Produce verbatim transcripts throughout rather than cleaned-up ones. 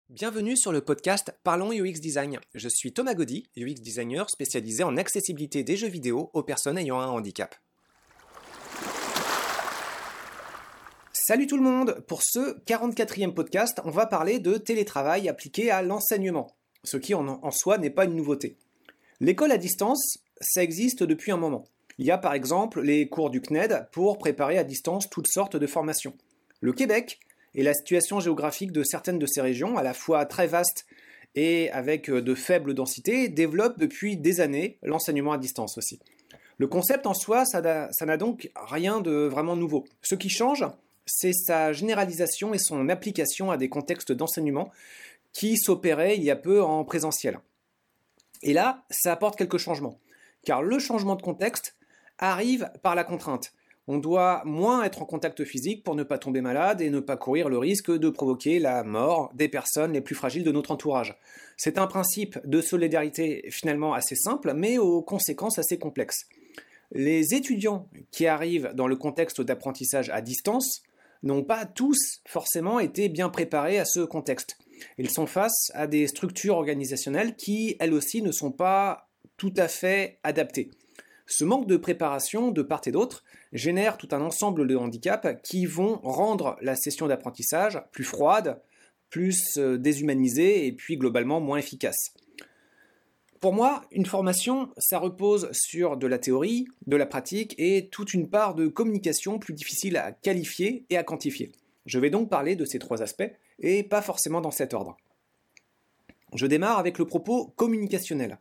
Bienvenue sur le podcast Parlons U X Design. Je suis Thomas Gaudy, U X designer spécialisé en accessibilité des jeux vidéo aux personnes ayant un handicap. Salut tout le monde! Pour ce quarante-quatrième podcast, on va parler de télétravail appliqué à l'enseignement, ce qui en, en soi n'est pas une nouveauté. L'école à distance, ça existe depuis un moment. Il y a par exemple les cours du C N E D pour préparer à distance toutes sortes de formations. Le Québec et la situation géographique de certaines de ces régions, à la fois très vastes et avec de faibles densités, développent depuis des années l'enseignement à distance aussi. Le concept en soi, ça n'a, ça n'a donc rien de vraiment nouveau. Ce qui change, c'est sa généralisation et son application à des contextes d'enseignement qui s'opéraient il y a peu en présentiel. Et là, ça apporte quelques changements, car le changement de contexte arrive par la contrainte. On doit moins être en contact physique pour ne pas tomber malade et ne pas courir le risque de provoquer la mort des personnes les plus fragiles de notre entourage. C'est un principe de solidarité finalement assez simple, mais aux conséquences assez complexes. Les étudiants qui arrivent dans le contexte d'apprentissage à distance n'ont pas tous forcément été bien préparés à ce contexte. Ils sont face à des structures organisationnelles qui, elles aussi, ne sont pas tout à fait adaptées. Ce manque de préparation de part et d'autre génère tout un ensemble de handicaps qui vont rendre la session d'apprentissage plus froide, plus déshumanisée et puis globalement moins efficace. Pour moi, une formation, ça repose sur de la théorie, de la pratique et toute une part de communication plus difficile à qualifier et à quantifier. Je vais donc parler de ces trois aspects et pas forcément dans cet ordre. Je démarre avec le propos communicationnel.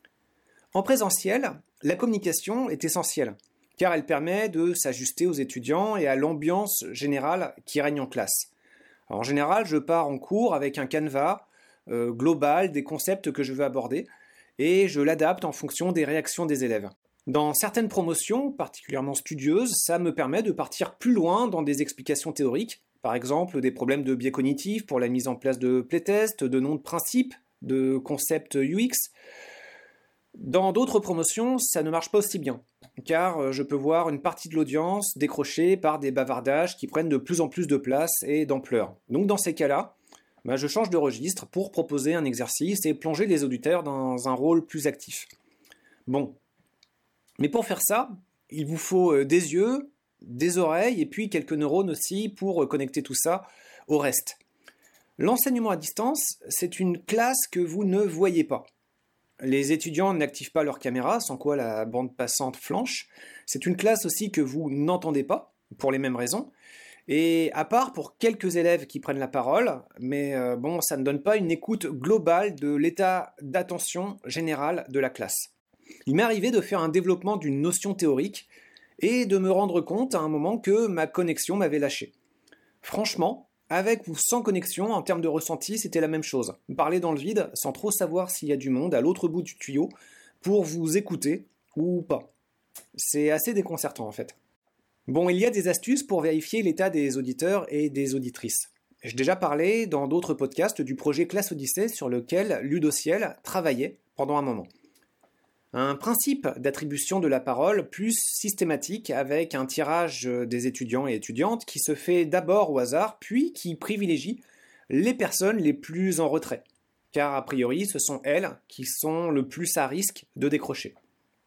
En présentiel, la communication est essentielle, car elle permet de s'ajuster aux étudiants et à l'ambiance générale qui règne en classe. Alors, en général, je pars en cours avec un canevas euh, global des concepts que je veux aborder, et je l'adapte en fonction des réactions des élèves. Dans certaines promotions, particulièrement studieuses, ça me permet de partir plus loin dans des explications théoriques, par exemple des problèmes de biais cognitifs pour la mise en place de playtests, de noms de principes, de concepts U X. Dans d'autres promotions, ça ne marche pas aussi bien, car je peux voir une partie de l'audience décrochée par des bavardages qui prennent de plus en plus de place et d'ampleur. Donc dans ces cas-là, bah, je change de registre pour proposer un exercice et plonger les auditeurs dans un rôle plus actif. Bon, mais pour faire ça, il vous faut des yeux, des oreilles et puis quelques neurones aussi pour connecter tout ça au reste. L'enseignement à distance, c'est une classe que vous ne voyez pas. Les étudiants n'activent pas leur caméra, sans quoi la bande passante flanche. C'est une classe aussi que vous n'entendez pas, pour les mêmes raisons. Et à part pour quelques élèves qui prennent la parole, mais euh, bon, ça ne donne pas une écoute globale de l'état d'attention général de la classe. Il m'est arrivé de faire un développement d'une notion théorique et de me rendre compte à un moment que ma connexion m'avait lâché. Franchement, avec ou sans connexion, en termes de ressenti, c'était la même chose. Parler dans le vide, sans trop savoir s'il y a du monde à l'autre bout du tuyau, pour vous écouter ou pas. C'est assez déconcertant en fait. Bon, il y a des astuces pour vérifier l'état des auditeurs et des auditrices. J'ai déjà parlé dans d'autres podcasts du projet Classe Odyssée sur lequel Ludociel travaillait pendant un moment. Un principe d'attribution de la parole plus systématique avec un tirage des étudiants et étudiantes qui se fait d'abord au hasard, puis qui privilégie les personnes les plus en retrait, car a priori ce sont elles qui sont le plus à risque de décrocher.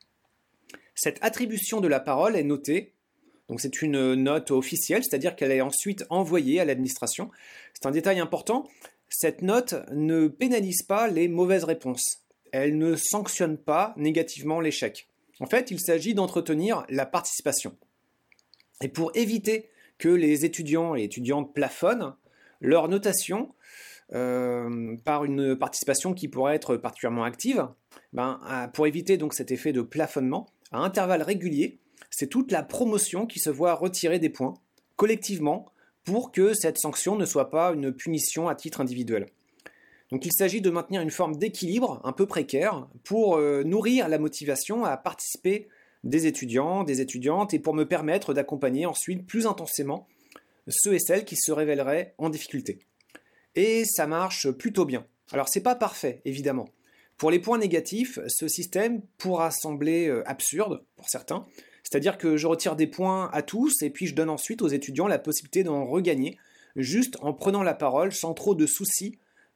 Cette attribution de la parole est notée, donc c'est une note officielle, c'est-à-dire qu'elle est ensuite envoyée à l'administration. C'est un détail important, cette note ne pénalise pas les mauvaises réponses. Elle ne sanctionne pas négativement l'échec. En fait, il s'agit d'entretenir la participation. Et pour éviter que les étudiants et étudiantes plafonnent leur notation euh, par une participation qui pourrait être particulièrement active, ben, pour éviter donc cet effet de plafonnement, à intervalles réguliers, c'est toute la promotion qui se voit retirer des points, collectivement, pour que cette sanction ne soit pas une punition à titre individuel. Donc il s'agit de maintenir une forme d'équilibre un peu précaire pour euh, nourrir la motivation à participer des étudiants, des étudiantes et pour me permettre d'accompagner ensuite plus intensément ceux et celles qui se révéleraient en difficulté. Et ça marche plutôt bien. Alors c'est pas parfait, évidemment. Pour les points négatifs, ce système pourra sembler euh, absurde pour certains, c'est-à-dire que je retire des points à tous et puis je donne ensuite aux étudiants la possibilité d'en regagner juste en prenant la parole sans trop de soucis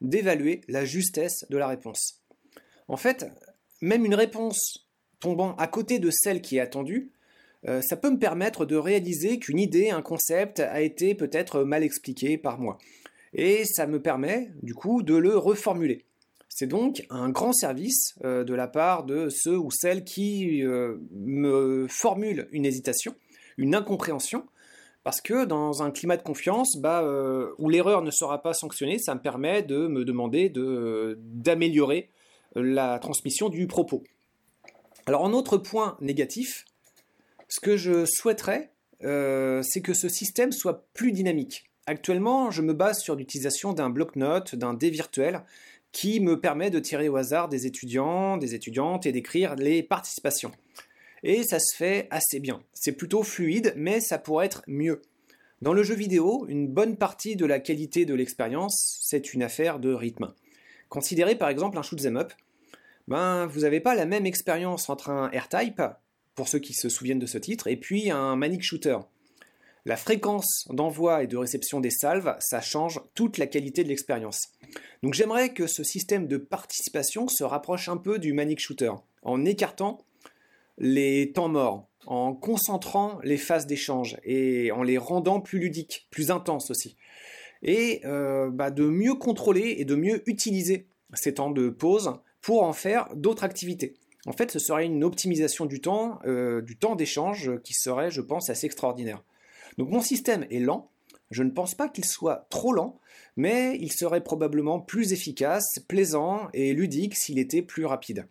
d'évaluer la justesse de la réponse. En fait, même une réponse tombant à côté de celle qui est attendue, euh, ça peut me permettre de réaliser qu'une idée, un concept a été peut-être mal expliqué par moi. Et ça me permet, du coup, de le reformuler. C'est donc un grand service euh, de la part de ceux ou celles qui euh, me formulent une hésitation, une incompréhension, parce que dans un climat de confiance, bah, euh, où l'erreur ne sera pas sanctionnée, ça me permet de me demander de, d'améliorer la transmission du propos. Alors en autre point négatif, ce que je souhaiterais, euh, c'est que ce système soit plus dynamique. Actuellement, je me base sur l'utilisation d'un bloc-notes, d'un dé virtuel, qui me permet de tirer au hasard des étudiants, des étudiantes et d'écrire les participations. Et ça se fait assez bien. C'est plutôt fluide, mais ça pourrait être mieux. Dans le jeu vidéo, une bonne partie de la qualité de l'expérience, c'est une affaire de rythme. Considérez par exemple un shoot'em up. Ben, vous n'avez pas la même expérience entre un R-Type, pour ceux qui se souviennent de ce titre, et puis un Manic Shooter. La fréquence d'envoi et de réception des salves, ça change toute la qualité de l'expérience. Donc j'aimerais que ce système de participation se rapproche un peu du Manic Shooter, en écartant les temps morts, en concentrant les phases d'échange et en les rendant plus ludiques, plus intenses aussi. Et euh, bah de mieux contrôler et de mieux utiliser ces temps de pause pour en faire d'autres activités. En fait, ce serait une optimisation du temps, euh, du temps d'échange qui serait, je pense, assez extraordinaire. Donc mon système est lent, je ne pense pas qu'il soit trop lent, mais il serait probablement plus efficace, plaisant et ludique s'il était plus rapide.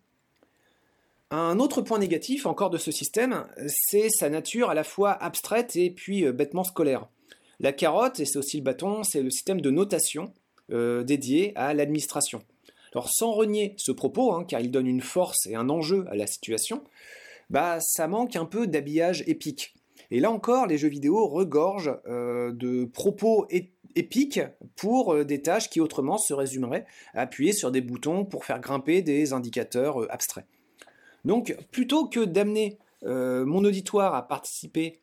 Un autre point négatif encore de ce système, c'est sa nature à la fois abstraite et puis euh, bêtement scolaire. La carotte, et c'est aussi le bâton, c'est le système de notation euh, dédié à l'administration. Alors sans renier ce propos, hein, car il donne une force et un enjeu à la situation, bah ça manque un peu d'habillage épique. Et là encore, les jeux vidéo regorgent euh, de propos é- épiques pour euh, des tâches qui autrement se résumeraient à appuyer sur des boutons pour faire grimper des indicateurs euh, abstraits. Donc plutôt que d'amener euh, mon auditoire à participer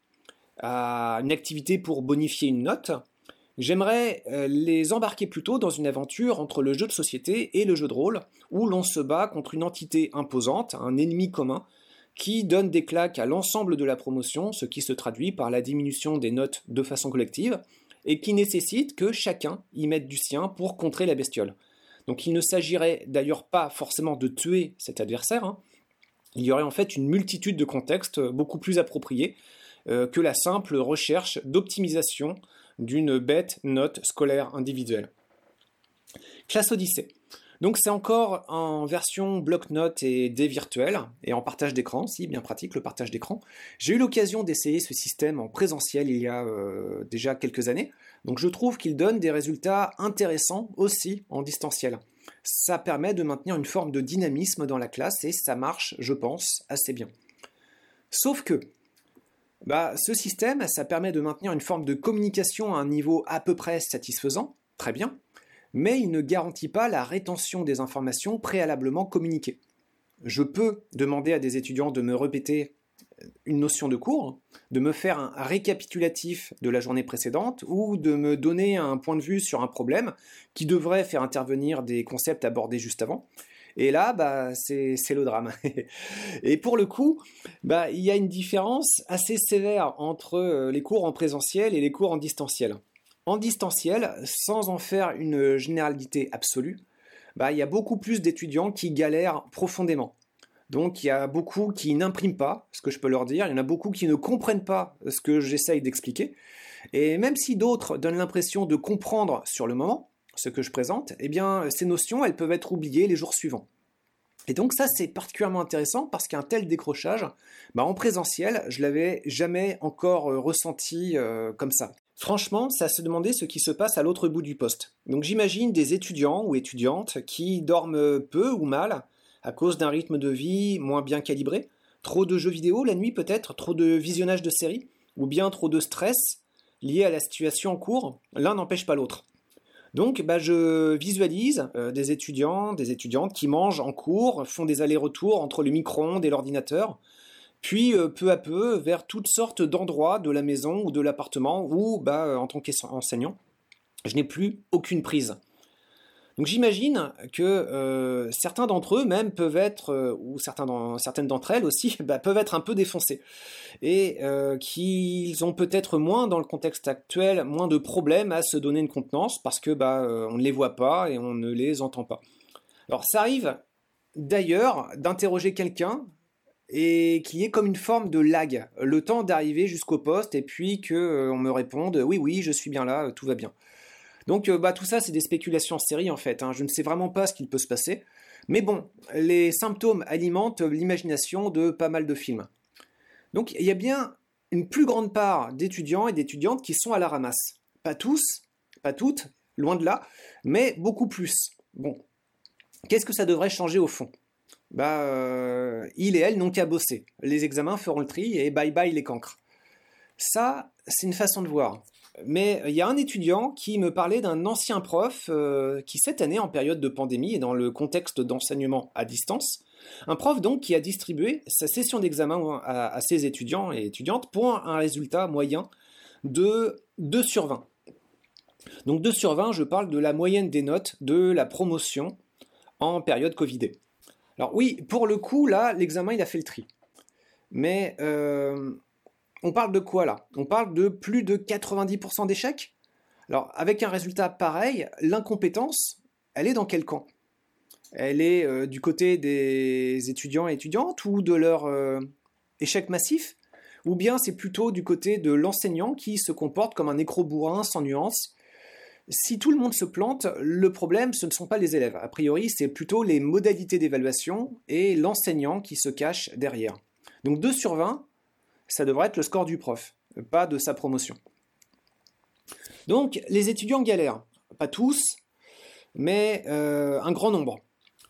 à une activité pour bonifier une note, j'aimerais euh, les embarquer plutôt dans une aventure entre le jeu de société et le jeu de rôle, où l'on se bat contre une entité imposante, un ennemi commun, qui donne des claques à l'ensemble de la promotion, ce qui se traduit par la diminution des notes de façon collective, et qui nécessite que chacun y mette du sien pour contrer la bestiole. Donc il ne s'agirait d'ailleurs pas forcément de tuer cet adversaire, hein. Il y aurait en fait une multitude de contextes beaucoup plus appropriés euh, que la simple recherche d'optimisation d'une bête note scolaire individuelle. Classe Odyssée. Donc c'est encore en version bloc-notes et dés virtuels, et en partage d'écran, si bien pratique le partage d'écran. J'ai eu l'occasion d'essayer ce système en présentiel il y a euh, déjà quelques années, donc je trouve qu'il donne des résultats intéressants aussi en distanciel. Ça permet de maintenir une forme de dynamisme dans la classe et ça marche, je pense, assez bien. Sauf que bah, ce système, ça permet de maintenir une forme de communication à un niveau à peu près satisfaisant, très bien, mais il ne garantit pas la rétention des informations préalablement communiquées. Je peux demander à des étudiants de me répéter une notion de cours, de me faire un récapitulatif de la journée précédente ou de me donner un point de vue sur un problème qui devrait faire intervenir des concepts abordés juste avant. Et là, bah, c'est, c'est le drame. Et pour le coup, bah, il y a une différence assez sévère entre les cours en présentiel et les cours en distanciel. En distanciel, sans en faire une généralité absolue, bah, il y a beaucoup plus d'étudiants qui galèrent profondément. Donc il y a beaucoup qui n'impriment pas ce que je peux leur dire, il y en a beaucoup qui ne comprennent pas ce que j'essaye d'expliquer, et même si d'autres donnent l'impression de comprendre sur le moment ce que je présente, eh bien ces notions elles peuvent être oubliées les jours suivants. Et donc ça c'est particulièrement intéressant parce qu'un tel décrochage, bah, en présentiel, je l'avais jamais encore ressenti euh, comme ça. Franchement, ça se demandait ce qui se passe à l'autre bout du poste. Donc j'imagine des étudiants ou étudiantes qui dorment peu ou mal, à cause d'un rythme de vie moins bien calibré, trop de jeux vidéo la nuit peut-être, trop de visionnage de séries, ou bien trop de stress lié à la situation en cours, l'un n'empêche pas l'autre. Donc bah, je visualise euh, des étudiants, des étudiantes qui mangent en cours, font des allers-retours entre le micro-ondes et l'ordinateur, puis euh, peu à peu vers toutes sortes d'endroits de la maison ou de l'appartement où, bah, en tant qu'enseignant, je n'ai plus aucune prise. Donc j'imagine que euh, certains d'entre eux même peuvent être, euh, ou certains dans, certaines d'entre elles aussi, bah, peuvent être un peu défoncés. Et euh, qu'ils ont peut-être moins, dans le contexte actuel, moins de problèmes à se donner une contenance parce que bah, euh, on ne les voit pas et on ne les entend pas. Alors ça arrive d'ailleurs d'interroger quelqu'un et qu'il y ait comme une forme de lag, le temps d'arriver jusqu'au poste et puis qu'on euh, me réponde « oui, oui, je suis bien là, tout va bien ». Donc euh, bah, tout ça, c'est des spéculations en série en fait, hein. Je ne sais vraiment pas ce qu'il peut se passer. Mais bon, les symptômes alimentent l'imagination de pas mal de films. Donc il y a bien une plus grande part d'étudiants et d'étudiantes qui sont à la ramasse. Pas tous, pas toutes, loin de là, mais beaucoup plus. Bon, qu'est-ce que ça devrait changer au fond ? Bah, euh, il et elle n'ont qu'à bosser. Les examens feront le tri et bye bye les cancres. Ça, c'est une façon de voir. Mais il y a un étudiant qui me parlait d'un ancien prof euh, qui, cette année, en période de pandémie et dans le contexte d'enseignement à distance, un prof donc qui a distribué sa session d'examen à, à ses étudiants et étudiantes pour un résultat moyen de deux sur vingt. Donc deux sur vingt, je parle de la moyenne des notes de la promotion en période Covidée. Alors oui, pour le coup, là, l'examen, il a fait le tri. Mais euh, on parle de quoi, là ? On parle de plus de quatre-vingt-dix pour cent d'échecs ? Alors, avec un résultat pareil, l'incompétence, elle est dans quel camp ? Elle est euh, du côté des étudiants et étudiantes ou de leur euh, échec massif ? Ou bien c'est plutôt du côté de l'enseignant qui se comporte comme un écro-bourrin sans nuance ? Si tout le monde se plante, le problème, ce ne sont pas les élèves. A priori, c'est plutôt les modalités d'évaluation et l'enseignant qui se cache derrière. Donc deux sur vingt, ça devrait être le score du prof, pas de sa promotion. Donc les étudiants galèrent. Pas tous, mais euh, un grand nombre.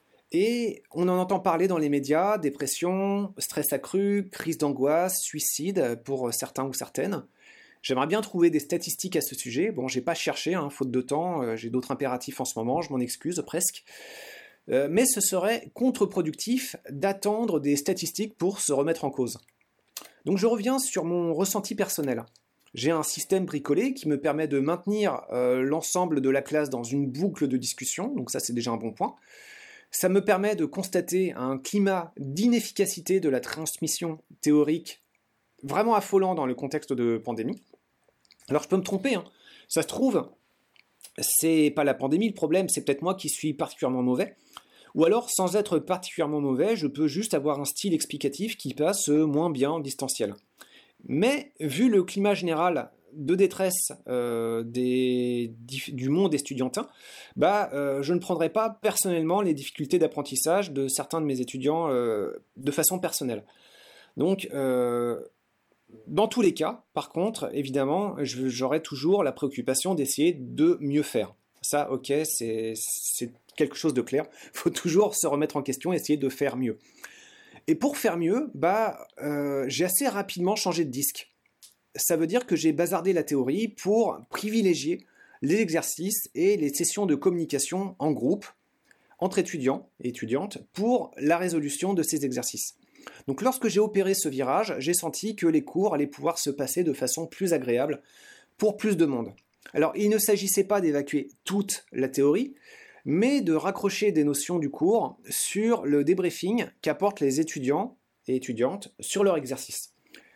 Et on en entend parler dans les médias, dépression, stress accru, crise d'angoisse, suicide pour certains ou certaines. J'aimerais bien trouver des statistiques à ce sujet. Bon, j'ai pas cherché, hein, faute de temps, euh, j'ai d'autres impératifs en ce moment, je m'en excuse presque. Euh, mais ce serait contre-productif d'attendre des statistiques pour se remettre en cause. Donc je reviens sur mon ressenti personnel. J'ai un système bricolé qui me permet de maintenir euh, l'ensemble de la classe dans une boucle de discussion, donc ça c'est déjà un bon point. Ça me permet de constater un climat d'inefficacité de la transmission théorique vraiment affolant dans le contexte de pandémie. Alors je peux me tromper, hein. Ça se trouve, c'est pas la pandémie le problème, c'est peut-être moi qui suis particulièrement mauvais. Ou alors, sans être particulièrement mauvais, je peux juste avoir un style explicatif qui passe moins bien en distanciel. Mais, vu le climat général de détresse euh, des, du monde estudiantin, bah, euh, je ne prendrai pas personnellement les difficultés d'apprentissage de certains de mes étudiants euh, de façon personnelle. Donc, euh, dans tous les cas, par contre, évidemment, je, j'aurai toujours la préoccupation d'essayer de mieux faire. Ça, ok, c'est, c'est quelque chose de clair. Il faut toujours se remettre en question et essayer de faire mieux. Et pour faire mieux, bah, euh, j'ai assez rapidement changé de disque. Ça veut dire que j'ai bazardé la théorie pour privilégier les exercices et les sessions de communication en groupe, entre étudiants et étudiantes, pour la résolution de ces exercices. Donc lorsque j'ai opéré ce virage, j'ai senti que les cours allaient pouvoir se passer de façon plus agréable pour plus de monde. Alors il ne s'agissait pas d'évacuer toute la théorie, mais de raccrocher des notions du cours sur le débriefing qu'apportent les étudiants et étudiantes sur leur exercice.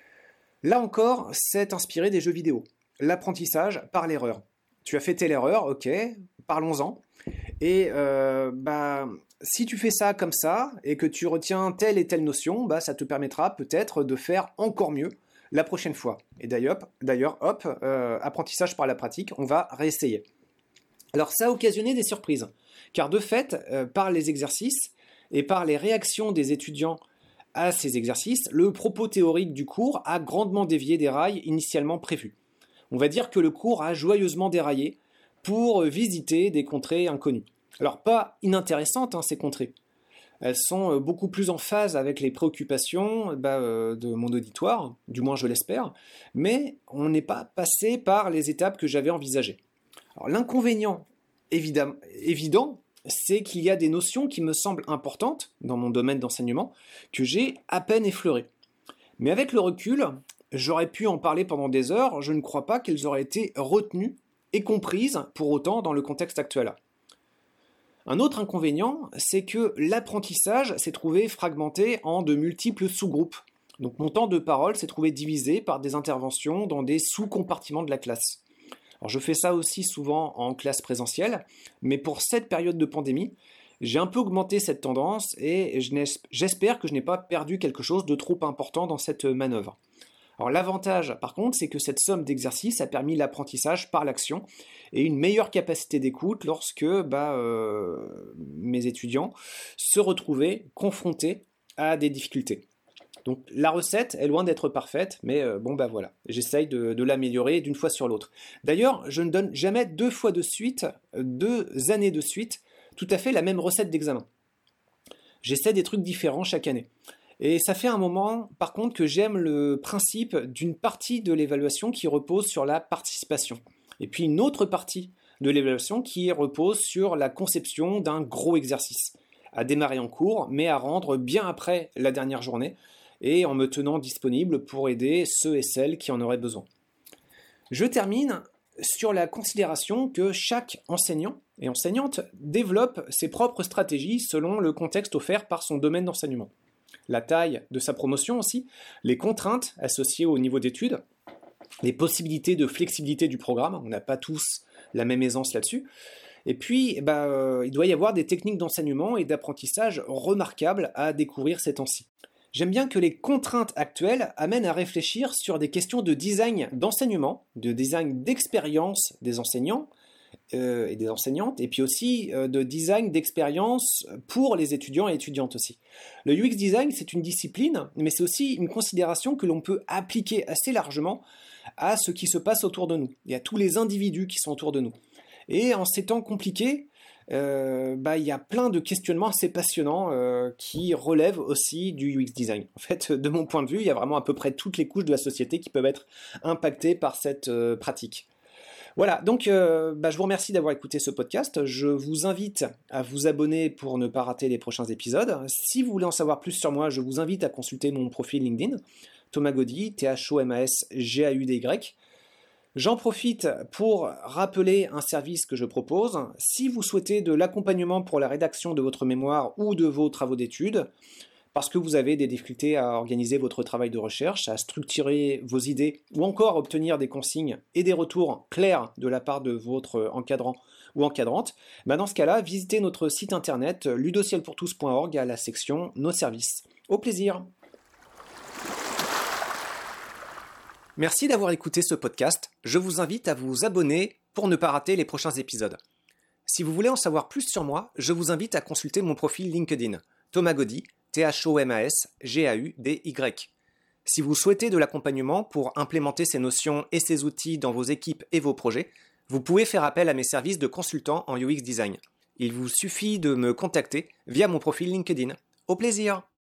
Là encore, c'est inspiré des jeux vidéo. L'apprentissage par l'erreur. Tu as fait telle erreur, ok, parlons-en. Et euh, bah, si tu fais ça comme ça, et que tu retiens telle et telle notion, bah, ça te permettra peut-être de faire encore mieux la prochaine fois. Et d'ailleurs, d'ailleurs hop, euh, apprentissage par la pratique, on va réessayer. Alors ça a occasionné des surprises, car de fait, euh, par les exercices et par les réactions des étudiants à ces exercices, le propos théorique du cours a grandement dévié des rails initialement prévus. On va dire que le cours a joyeusement déraillé pour visiter des contrées inconnues. Alors pas inintéressantes, hein, ces contrées. Elles sont beaucoup plus en phase avec les préoccupations bah, euh, de mon auditoire, du moins je l'espère, mais on n'est pas passé par les étapes que j'avais envisagées. Alors l'inconvénient évidemment, évident, c'est qu'il y a des notions qui me semblent importantes dans mon domaine d'enseignement que j'ai à peine effleurées. Mais avec le recul, j'aurais pu en parler pendant des heures, je ne crois pas qu'elles auraient été retenues et comprises pour autant dans le contexte actuel. Un autre inconvénient, c'est que l'apprentissage s'est trouvé fragmenté en de multiples sous-groupes. Donc mon temps de parole s'est trouvé divisé par des interventions dans des sous-compartiments de la classe. Alors je fais ça aussi souvent en classe présentielle, mais pour cette période de pandémie, j'ai un peu augmenté cette tendance et j'espère que je n'ai pas perdu quelque chose de trop important dans cette manœuvre. Alors l'avantage par contre, c'est que cette somme d'exercices a permis l'apprentissage par l'action et une meilleure capacité d'écoute lorsque bah, euh, mes étudiants se retrouvaient confrontés à des difficultés. Donc la recette est loin d'être parfaite, mais euh, bon bah voilà, j'essaye de, de l'améliorer d'une fois sur l'autre. D'ailleurs, je ne donne jamais deux fois de suite, deux années de suite, tout à fait la même recette d'examen. J'essaie des trucs différents chaque année. Et ça fait un moment, par contre, que j'aime le principe d'une partie de l'évaluation qui repose sur la participation. Et puis une autre partie de l'évaluation qui repose sur la conception d'un gros exercice, à démarrer en cours, mais à rendre bien après la dernière journée, et en me tenant disponible pour aider ceux et celles qui en auraient besoin. Je termine sur la considération que chaque enseignant et enseignante développe ses propres stratégies selon le contexte offert par son domaine d'enseignement. La taille de sa promotion aussi, les contraintes associées au niveau d'études, les possibilités de flexibilité du programme, on n'a pas tous la même aisance là-dessus, et puis bah, euh, il doit y avoir des techniques d'enseignement et d'apprentissage remarquables à découvrir ces temps-ci. J'aime bien que les contraintes actuelles amènent à réfléchir sur des questions de design d'enseignement, de design d'expérience des enseignants euh, et des enseignantes, et puis aussi euh, de design d'expérience pour les étudiants et étudiantes aussi. Le U X design, c'est une discipline, mais c'est aussi une considération que l'on peut appliquer assez largement à ce qui se passe autour de nous, et à tous les individus qui sont autour de nous. Et en ces temps compliqués, Euh, bah, il y a plein de questionnements assez passionnants euh, qui relèvent aussi du U X design. En fait, de mon point de vue, il y a vraiment à peu près toutes les couches de la société qui peuvent être impactées par cette euh, pratique. Voilà, donc euh, bah, je vous remercie d'avoir écouté ce podcast. Je vous invite à vous abonner pour ne pas rater les prochains épisodes. Si vous voulez en savoir plus sur moi, je vous invite à consulter mon profil LinkedIn, Thomas Gaudy, T H O M A S G A U D Y. J'en profite pour rappeler un service que je propose. Si vous souhaitez de l'accompagnement pour la rédaction de votre mémoire ou de vos travaux d'études, parce que vous avez des difficultés à organiser votre travail de recherche, à structurer vos idées ou encore à obtenir des consignes et des retours clairs de la part de votre encadrant ou encadrante, bah dans ce cas-là, visitez notre site internet ludocielpourtous point org à la section Nos services. Au plaisir! Merci d'avoir écouté ce podcast. Je vous invite à vous abonner pour ne pas rater les prochains épisodes. Si vous voulez en savoir plus sur moi, je vous invite à consulter mon profil LinkedIn, Thomas Gaudy, T H O M A S G A U D Y. Si vous souhaitez de l'accompagnement pour implémenter ces notions et ces outils dans vos équipes et vos projets, vous pouvez faire appel à mes services de consultant en U X Design. Il vous suffit de me contacter via mon profil LinkedIn. Au plaisir!